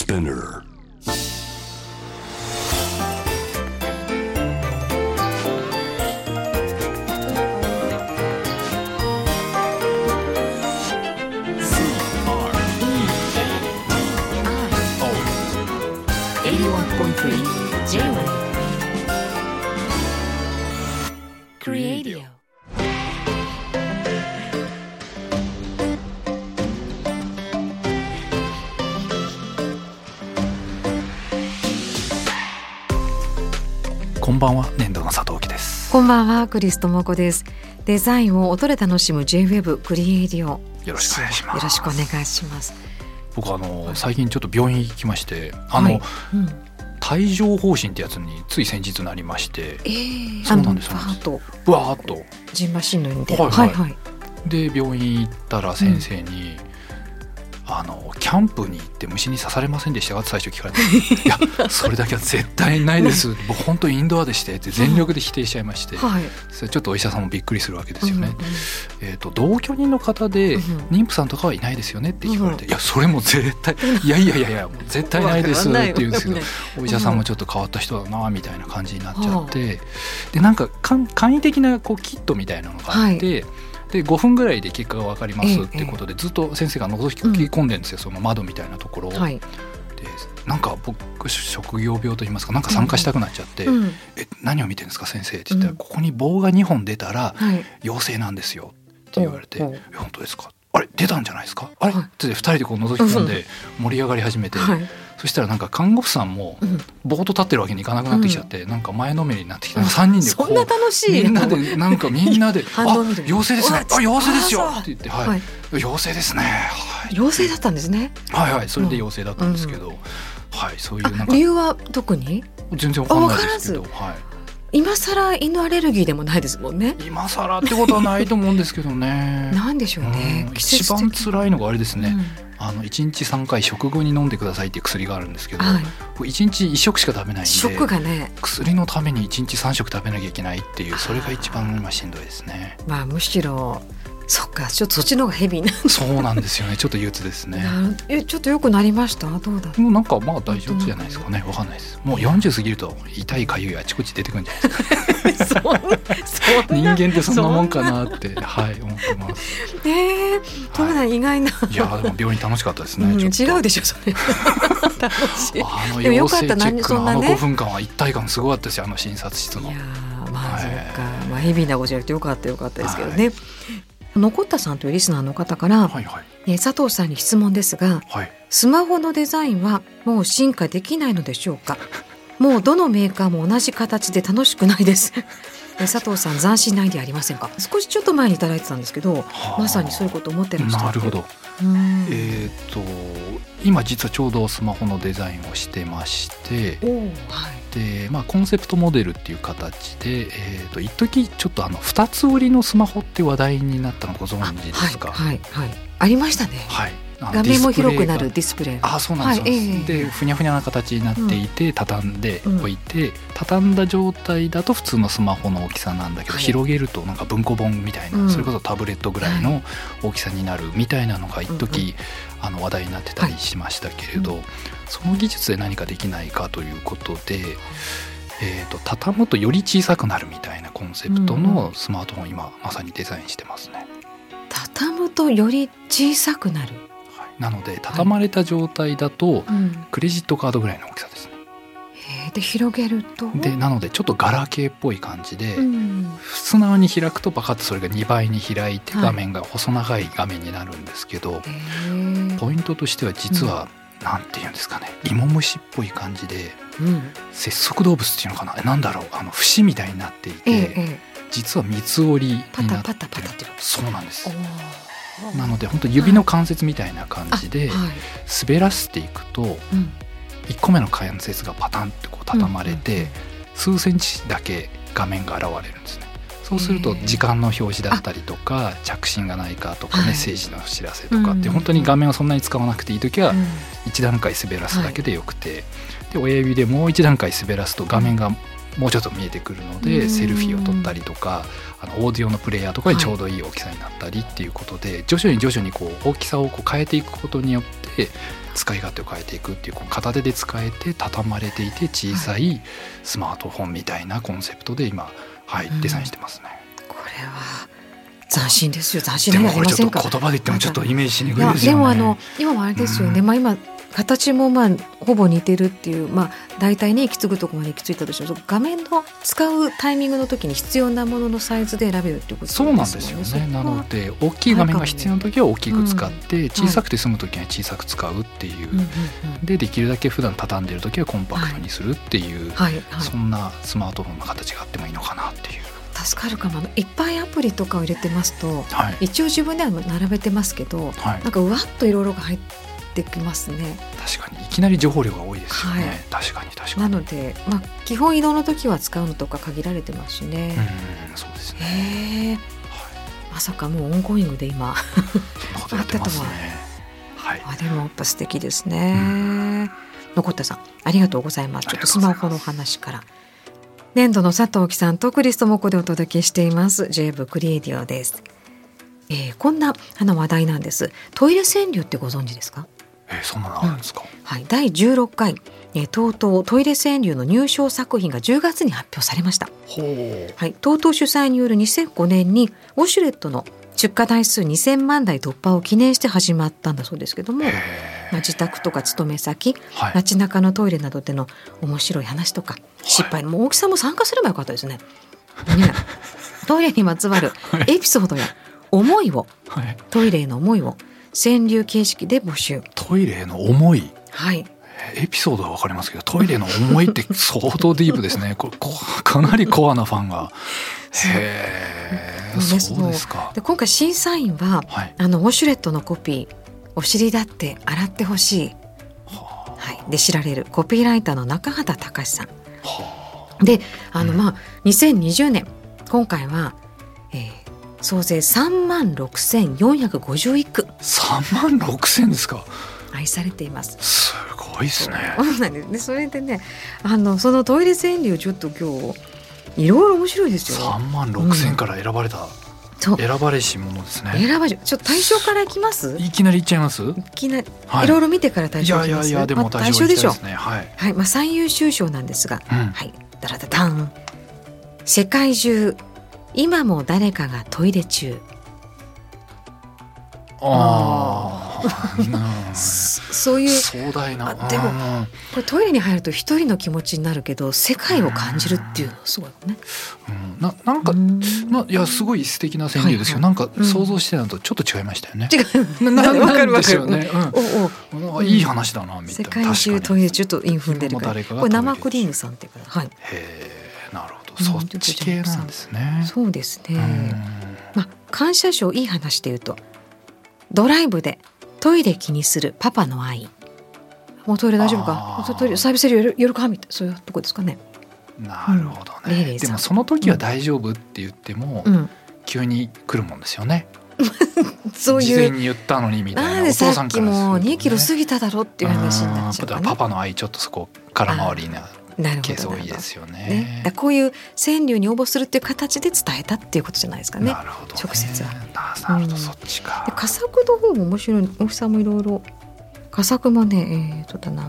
Spinner. Creadio。 こんばんは、年度の佐藤貴です。 こんばんは、クリストモコです。デザインを音で楽しむ J-Web クリエイディオ、 よろしくお願いします。 よろしくお願いします。 僕最近ちょっと病院行きまして帯状疱疹ってやつについ先日なりまして、そうなんですよ。ブワーッとジンマシンのように出る、 で病院行ったら先生に、キャンプに行って虫に刺されませんでしたかって最初聞かれていやそれだけは絶対ないです僕本当インドアでしてって全力で否定しちゃいまして、それちょっとお医者さんもびっくりするわけですよね。同居人の方で妊婦さんとかはいないですよねって聞かれて、いやそれも絶対いやもう絶対ないですって言うんですけど、お医者さんもちょっと変わった人だなみたいな感じになっちゃって、でなんか簡易的なキットみたいなのがあって、で5分ぐらいで結果が分かりますっていうことでずっと先生が覗き込んでるんですよ、その窓みたいなところを。でなんか僕職業病といいますかなんか参加したくなっちゃって、何を見てるんですか先生って言ったら、ここに棒が2本出たら陽性なんですよって言われて、本当ですか、あれ出たんじゃないですか、あれって2人でこう覗き込んで盛り上がり始めて、そしたらなんか看護婦さんもぼーっと立ってるわけにいかなくなってきちゃって、なんか前のめりになってきて、3人でこうそんな楽しいみんなであ陽性ですね、あ陽性ですよって言って、陽性ですね、 陽性だったんですね。 それで陽性だったんですけど、そういうなんか理由は特に全然わかんないですけど、 今更犬アレルギーでもないですもんね。 今更ってことはないと思うんですけどねなんでしょうね、 一番辛いのがあれですね、1日3回食後に飲んでくださいっていう薬があるんですけど、1日1食しか食べないんで、 食がね、 薬のために1日3食食べなきゃいけないっていう、それが一番しんどいですね。 むしろそっか、ちょっとそっちの方がヘビーなそうなんですよね、ちょっと憂鬱ですね。 ちょっと良くなりました？どうだ？ もうなんか大丈夫じゃないですかね、わかんないです。もう40過ぎると痛いかゆいあちこち出てくるんじゃないですか人間ってそんなもんかなって思ってます。 そうだ、意外な。 いやでも病院楽しかったですね。 違うでしょそれ楽しい。でもよかった。 陽性チェックの5分間は一体感すごかったですよ、診察室の。 いやそうか、ヘビーなことじゃなくてよかったですけどね。残ったさんというリスナーの方から、佐藤さんに質問ですが、スマホのデザインはもう進化できないのでしょうかもうどのメーカーも同じ形で楽しくないです佐藤さん斬新なアイデアありませんか？少しちょっと前にいただいてたんですけど、まさにそういうこと思ってらっしゃる。 なるほど。今実はちょうどスマホのデザインをしてまして、でコンセプトモデルっていう形で、一時ちょっと2つ売りのスマホって話題になったのご存知ですか？ ありましたね。画面も広くなるディスプレイ。 そうなんですよ。でふにゃふにゃな形になっていて、畳んでおいて、畳んだ状態だと普通のスマホの大きさなんだけど、広げるとなんか文庫本みたいな、それこそタブレットぐらいの大きさになるみたいなのが一時話題になってたりしましたけれど、その技術で何かできないかということで、畳むとより小さくなるみたいなコンセプトのスマートフォンを今まさにデザインしてますね。 畳むとより小さくなる。 なので畳まれた状態だとクレジットカードぐらいの大きさですね。 で広げるとなのでちょっとガラケーっぽい感じで、素直に開くとバカッとそれが2倍に開いて画面が細長い画面になるんですけど、ポイントとしては実はなんていうんですかね、芋虫っぽい感じで、節足動物っていうのかな、なんだろう、節みたいになっていて、実は三つ折りになってる。そうなんです。なので本当指の関節みたいな感じで滑らせていくと、1個目の関節がパタンってこう畳まれて、数センチだけ画面が現れるんですね。そうすると時間の表示だったりとか着信がないかとかメッセージの知らせとかって、本当に画面をそんなに使わなくていいときは1段階滑らすだけでよくて、で親指でもう1段階滑らすと画面がもうちょっと見えてくるので、セルフィーを撮ったりとかオーディオのプレイヤーとかにちょうどいい大きさになったりっていうことで、徐々にこう大きさをこう変えていくことによってで使い勝手を変えていくっていう、こう片手で使えて畳まれていて小さいスマートフォンみたいなコンセプトで今、デザインしてますね。 これは斬新ですよ。斬新なのありませんか。 でもこれちょっと言葉で言ってもちょっとイメージしにくいですよね。 でも今もあれですよね、今形もほぼ似てるっていう、大体ね行き継ぐところまで行き着いたとしても、画面の使うタイミングの時に必要なもののサイズで選べるっていうことですよね。 そうなんですよね。なので大きい画面が必要な時は大きく使って、小さくて済む時は小さく使うっていう、できるだけ普段畳んでる時はコンパクトにするっていう、そんなスマートフォンの形があってもいいのかなっていう。 助かるかも。いっぱいアプリとかを入れてますと、一応自分では並べてますけど、なんかうわっといろいろが入ってきますね。 確かにいきなり情報量が多いですよね。確かになので、基本移動の時は使うのとか限られてますしね。 そうですね。 まさかもうオンゴーイングで今そんなことやってますね。 でもやっぱ素敵ですね。残ったさんありがとうございます。ちょっとスマホの話から年度の佐藤貴さんとクリストモコでお届けしています J-BOOKクリエイディオです。こんな話題なんです。トイレ川柳ってご存知ですか。 そんなのあるんですか。 第16回TOTOトイレ川柳の入賞作品が10月に発表されました。TOTO主催による2005年にウォシュレットの出荷台数2000万台突破を記念して始まったんだそうですけども、自宅とか勤め先、街中のトイレなどでの面白い話とか失敗の大木さんも参加すればよかったですね。トイレにまつわるエピソードや思いを、トイレへの思いを川柳形式で募集。 トイレへの思い、エピソードは分かりますけどトイレの思いって相当ディープですね。かなりコアなファンが。そうですか。 で今回審査員は、ウォシュレットのコピーお尻だって洗ってほしい、で知られるコピーライターの中畑隆さんで、2020年今回は、総勢36,451句。 36,000ですか。 愛されています。 すごいですね。 でそれでねそのトイレ川柳ちょっと今日いろいろ面白いですよ。 36,000から選ばれた、選ばれし者ですね。 ちょっと対象からいきます。 いきなりいっちゃいます。いきなりいろいろ見てから対象いきます。 いやでも対象でしょう。 最優秀賞なんですが、ダラダダン。世界中今も誰かがトイレ中。そういう壮大な。 でもこれトイレに入ると一人の気持ちになるけど世界を感じるっていうのはすごいね。 なんかいやすごい素敵な川柳ですよ。なんか想像してたのとちょっと違いましたよね。 なんですよね。いい話だなみたいな。 世界中トイレ中とインフンでるから。これ生クリームさんっていうか。 なるほど。そっち系なんですね。 そうですね。感謝賞いい話で言うとドライブでトイレ気にするパパの愛。もうトイレ大丈夫か、トイレサービスエリア寄るかみたいな、そういうとこですかね。 なるほどね。でもその時は大丈夫って言っても、急に来るもんですよね。そういう事前に言ったのにみたいな。 なんでさっきも2キロ過ぎただろっていう話になっちゃうかな。 パパの愛ちょっとそこ空回りなケース多いですよね。 こういう川柳に応募するっていう形で伝えたっていうことじゃないですかね。 なるほどね。 直接は。 なるほど、そっちか。 佳作の方も面白い。大木さんもいろいろ佳作もね、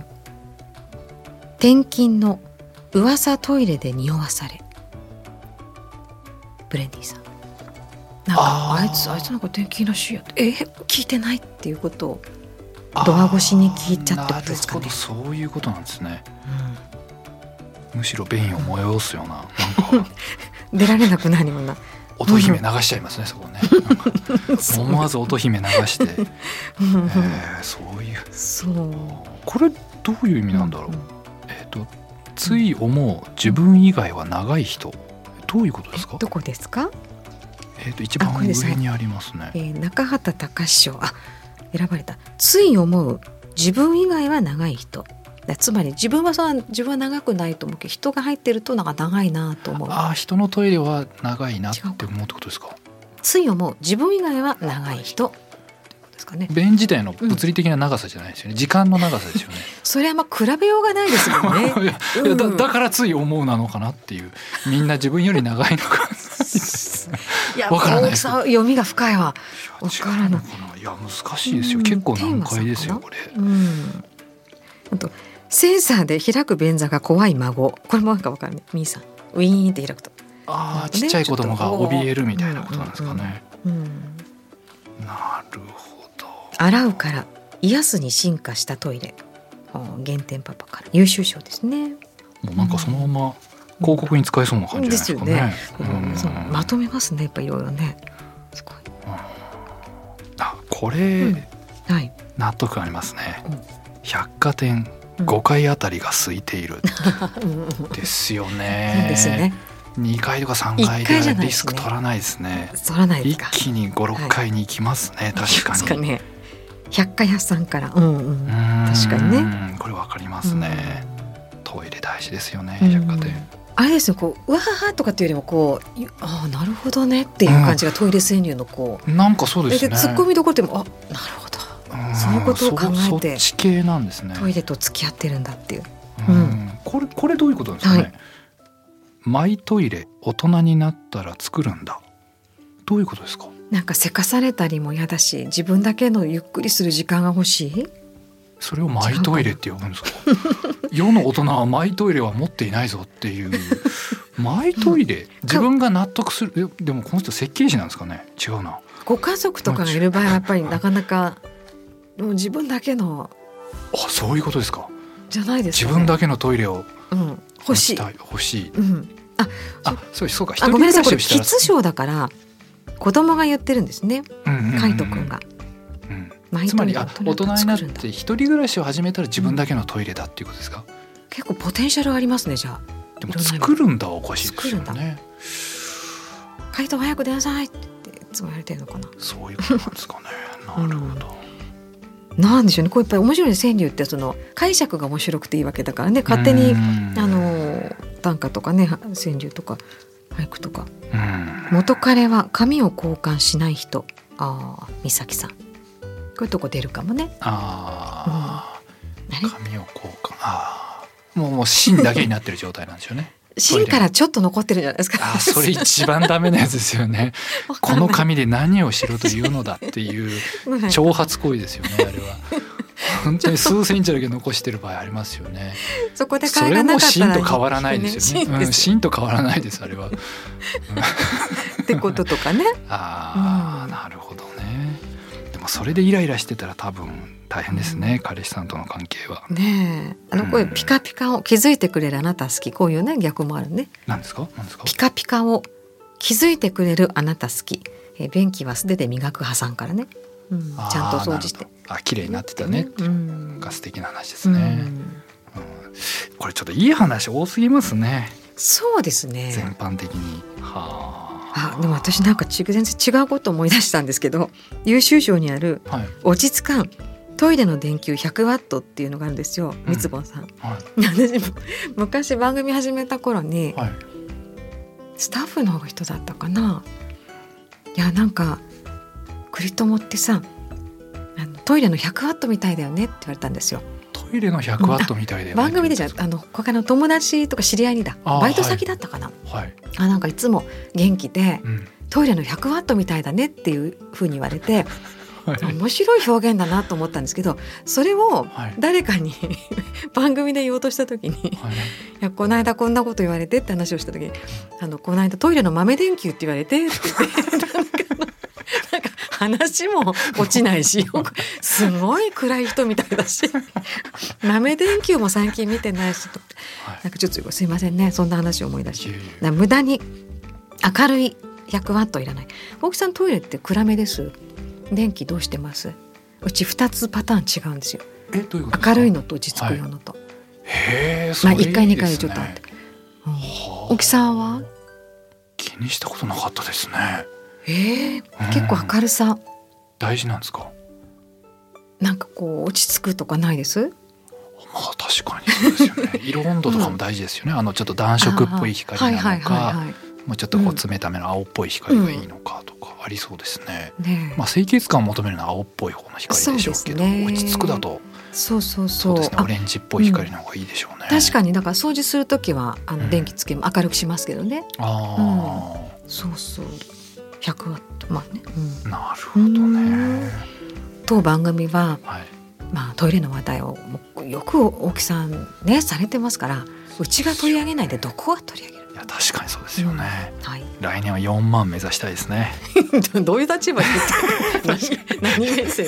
転勤の噂トイレで匂わされ。ブレンディさん。なんかあいつなんか転勤らしいよって、聞いてないっていうことをドア越しに聞いちゃってことですかね。 そういうことなんですね。むしろ便意を催すような、なんか出られなくなるような乙姫流しちゃいますね、そこね。思わず乙姫流して、そういう。これどういう意味なんだろう。つい思う自分以外は長い人、どういうことですか。 どこですか。 一番上にありますね。 中畑隆賞選ばれた。つい思う自分以外は長い人。つまり自分は長くないと思うけど、人が入ってるとなんか長いなと思う。 人のトイレは長いなって思うってことですか。 つい思う自分以外は長い人ですかね。 便自体の物理的な長さじゃないですよね。時間の長さですよね。 それは比べようがないですもんね。 だからつい思うなのかなっていう。みんな自分より長いのか。 いや、大きさ読みが深いわ。 わからない。いいや難しいですよ、結構難解ですよこれ。 あとセンサーで開く便座が怖い孫、これもなんか分かるね。ミーさんウィーンって開くとちっちゃい子供が怯えるみたいなことなんですかね。なるほど。 洗うから癒すに進化したトイレ、原点パパから優秀賞ですね。 もうなんかそのまま広告に使えそうな感じじゃないですかね。 ですよね。まとめますねやっぱいろいろね。すごい。 これ、納得ありますね。百貨店5階あたりが空いているですよね。 そうですね。 2階とか3階でリスク取らないですね。 取らないですか。 一気に5、6階に行きますね。確かに。 百貨屋さんから、確かにね。 これわかりますね。トイレ大事ですよね、百貨店。 あれですよ、こううわーとかっていうよりもこうなるほどねっていう感じがトイレ川柳のこうなんかそうですね。 ツッコミどころでもなるほど、そういうことを考えてそっち系なんですね。 トイレと付き合ってるんだっていう。 これどういうことなんですかね。マイトイレ大人になったら作るんだ、どういうことですか。 なんかせかされたりも嫌だし、自分だけのゆっくりする時間が欲しい。 それをマイトイレって呼ぶんですか。世の大人はマイトイレは持っていないぞっていうマイトイレ、自分が納得する。でもこの人設計士なんですかね。違うな。 ご家族とかがいる場合はやっぱりなかなかもう自分だけのそういうことですか。 じゃないですかね。 自分だけのトイレを欲しい。 そうか。 ごめんなさい、これキッズ賞だから子供が言ってるんですね。海斗くんが。 つまり大人になって一人暮らしを始めたら自分だけのトイレだっていうことですか。 結構ポテンシャルありますね。じゃあでも作るんだはおかしいですよね。 海斗早く出なさいっていつも言われてるのかな。 そういうことなんですかね。なるほど。 なんでしょうね。これやっぱり面白い川柳ってその解釈が面白くていいわけだからね。勝手に短歌とかね、川柳とか俳句とか。元彼は髪を交換しない人。美咲さん。こういうとこ出るかもね。 髪を交換。もう芯だけになってる状態なんでしょうね。 芯からちょっと残ってるじゃないですか。 それ一番ダメなやつですよね。この髪で何をしろというのだっていう挑発行為ですよね。あれは本当に数センチだけ残してる場合ありますよね。 そこで替えがなかったらそれも芯と変わらないですよね。芯と変わらないですあれは。 ってこととかね。 なるほどね。でもそれでイライラしてたら多分大変ですね、彼氏さんとの関係は。 ねえ、こういうピカピカを気づいてくれるあなた好き、こういうね逆もあるね。 何ですか。 ピカピカを気づいてくれるあなた好き、便器は素手で磨く派さんからね、ちゃんと掃除して綺麗になってたねっていうが素敵な話ですね。これちょっといい話多すぎますね。 そうですね、 全般的に。 でも私なんか全然違うこと思い出したんですけど、優秀賞にある落ち着かんトイレの電球100ワットっていうのがあるんですよ。みつぼんさん、私も昔番組始めた頃に、スタッフの人だったかな、いやなんか栗友ってさトイレの100ワットみたいだよねって言われたんですよ。 トイレの100ワットみたいだよね。 番組でじゃ他の友達とか知り合いにバイト先だったかな、なんかいつも元気で、トイレの100ワットみたいだねっていう風に言われて、面白い表現だなと思ったんですけど、それを誰かに番組で言おうとした時に、いやこの間こんなこと言われてって話をした時に、この間トイレの豆電球って言われてって言ってなんか話も落ちないし、すごい暗い人みたいだし豆電球も最近見てないしと、なんかちょっとすいませんね、そんな話を思い出して、無駄に明るい100ワットいらない。大木さんトイレって暗めです。電気どうしてます？うち2つパターン違うんですよ。 どういうことですか？ 明るいのと落ち着く用のと、1回2回ちょっとあって、大木さんは気にしたことなかったですね。 結構明るさ大事なんですか？ なんかこう落ち着くとかないです？ 確かにそうですよね。色温度とかも大事ですよね。ちょっと暖色っぽい光なのか、もうちょっとこう冷ための青っぽい光がいいのかとかありそうですね。清潔感を求めるのは青っぽい方の光でしょうけど、落ち着くだとそうですね、オレンジっぽい光の方がいいでしょうね。 確かに、だから掃除するときは電気つけ明るくしますけどね。そう100ワット、 なるほどね。 当番組は、 はい、 トイレの話題をよく大木さんねされてますから、うちが取り上げないでどこが取り上げる。 いや確かにそうですよね、 はい、 来年は4万目指したいですねどういう立場で言って何目線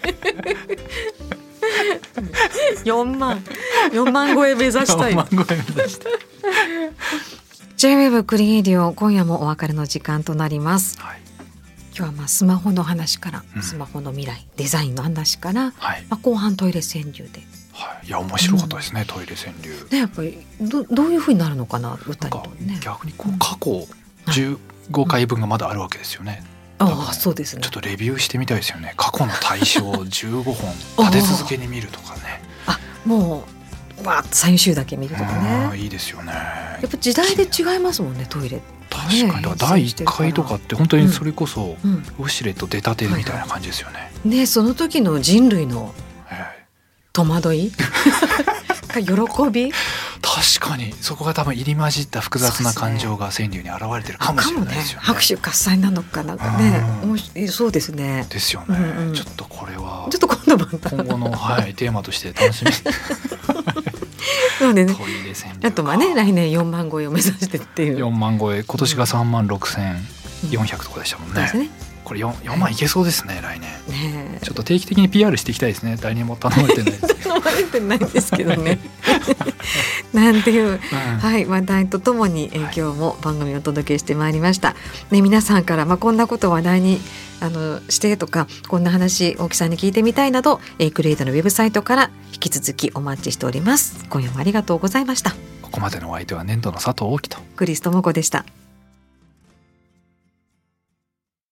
4万超え目指したい。 4万超え目指したい J-WAVE クリエイディオ、今夜もお別れの時間となります、はい、今日はスマホの話から、スマホの未来デザインの話から、はい、後半トイレ川柳で、 はい、いや面白かったですね、トイレ川柳、 ね、やっぱり どういう風になるのかな、歌にね、 逆に過去15回分がまだあるわけですよね、 そうですね。 ちょっとレビューしてみたいですよね。過去の大賞15本立て続けに見るとかねもう最終だけ見るとかね、 いいですよね。 やっぱ時代で違いますもんね、トイレ。 確かに、第1回とかって本当にそれこそウォシュレット出たてみたいな感じですよね、 ね、その時の人類の戸惑いか喜び、 確かにそこが多分入り混じった複雑な感情が川柳に現れてるかもしれないですよね。 拍手喝采なのかなんかね、そうですね。 ですよね、ちょっとこれはちょっと今度また今後の、テーマとして楽しみそうでね、 トイレ川柳、 あと来年4万超えを目指してっていう。 4万超え、今年が3万6400とかでしたもんね、これ 4万いけそうですね、来年ね。ちょっと定期的に PR していきたいですね。来年も頼まれてないです頼まれてないですけどねなんていう、話題とともに、今日も番組をお届けしてまいりました、ね、皆さんから、こんなことを話題にしてとか、こんな話大木さんに聞いてみたいなど、クリエイトのウェブサイトから引き続きお待ちしております。今夜もありがとうございました。 ここまでのお相手は粘土の佐藤大樹とクリス智子でした。